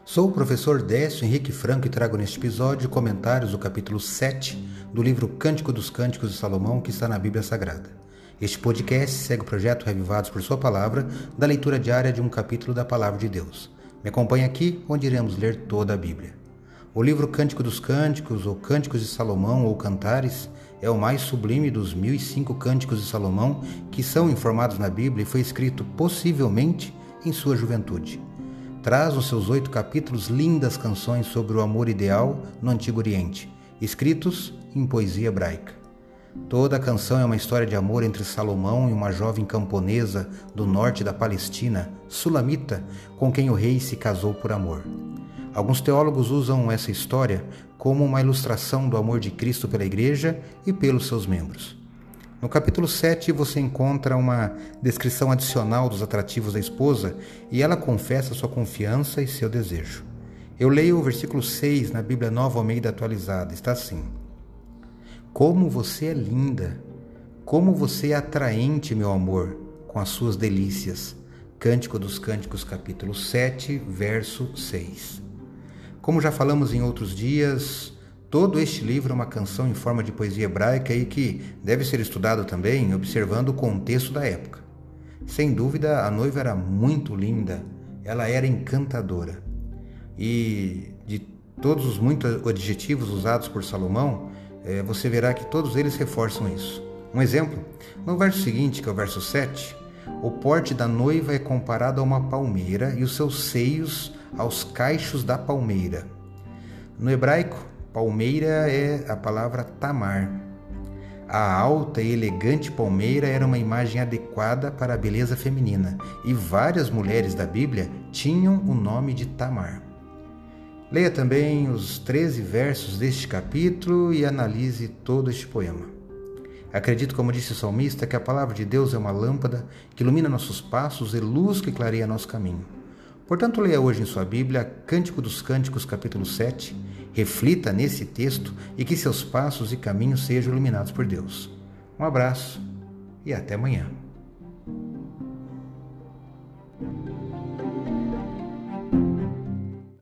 Sou o professor Décio Henrique Franco e trago neste episódio comentários do capítulo 7 do livro Cântico dos Cânticos de Salomão, que está na Bíblia Sagrada. Este podcast segue o projeto Revivados por Sua Palavra, da leitura diária de um capítulo da Palavra de Deus. Me acompanhe aqui, onde iremos ler toda a Bíblia. O livro Cântico dos Cânticos, ou Cânticos de Salomão, ou Cantares, é o mais sublime dos 1005 Cânticos de Salomão que são informados na Bíblia e foi escrito possivelmente em sua juventude. Traz nos seus 8 capítulos lindas canções sobre o amor ideal no Antigo Oriente, escritos em poesia hebraica. Toda a canção é uma história de amor entre Salomão e uma jovem camponesa do norte da Palestina, Sulamita, com quem o rei se casou por amor. Alguns teólogos usam essa história como uma ilustração do amor de Cristo pela Igreja e pelos seus membros. No capítulo 7 você encontra uma descrição adicional dos atrativos da esposa e ela confessa sua confiança e seu desejo. Eu leio o versículo 6 na Bíblia Nova Almeida Atualizada. Está assim: Como você é linda, como você é atraente, meu amor, com as suas delícias. Cântico dos Cânticos, capítulo 7, verso 6. Como já falamos em outros dias, todo este livro é uma canção em forma de poesia hebraica e que deve ser estudado também observando o contexto da época. Sem dúvida, a noiva era muito linda, ela era encantadora. E de todos os muitos adjetivos usados por Salomão, você verá que todos eles reforçam isso. Um exemplo, no verso seguinte, que é o verso 7, o porte da noiva é comparado a uma palmeira e os seus seios aos cachos da palmeira. No hebraico, palmeira é a palavra tamar. A alta e elegante palmeira era uma imagem adequada para a beleza feminina, e várias mulheres da Bíblia tinham o nome de Tamar. Leia também os 13 versos deste capítulo e analise todo este poema. Acredito, como disse o salmista, que a palavra de Deus é uma lâmpada que ilumina nossos passos e luz que clareia nosso caminho. Portanto, leia hoje em sua Bíblia Cântico dos Cânticos, capítulo 7, reflita nesse texto e que seus passos e caminhos sejam iluminados por Deus. Um abraço e até amanhã.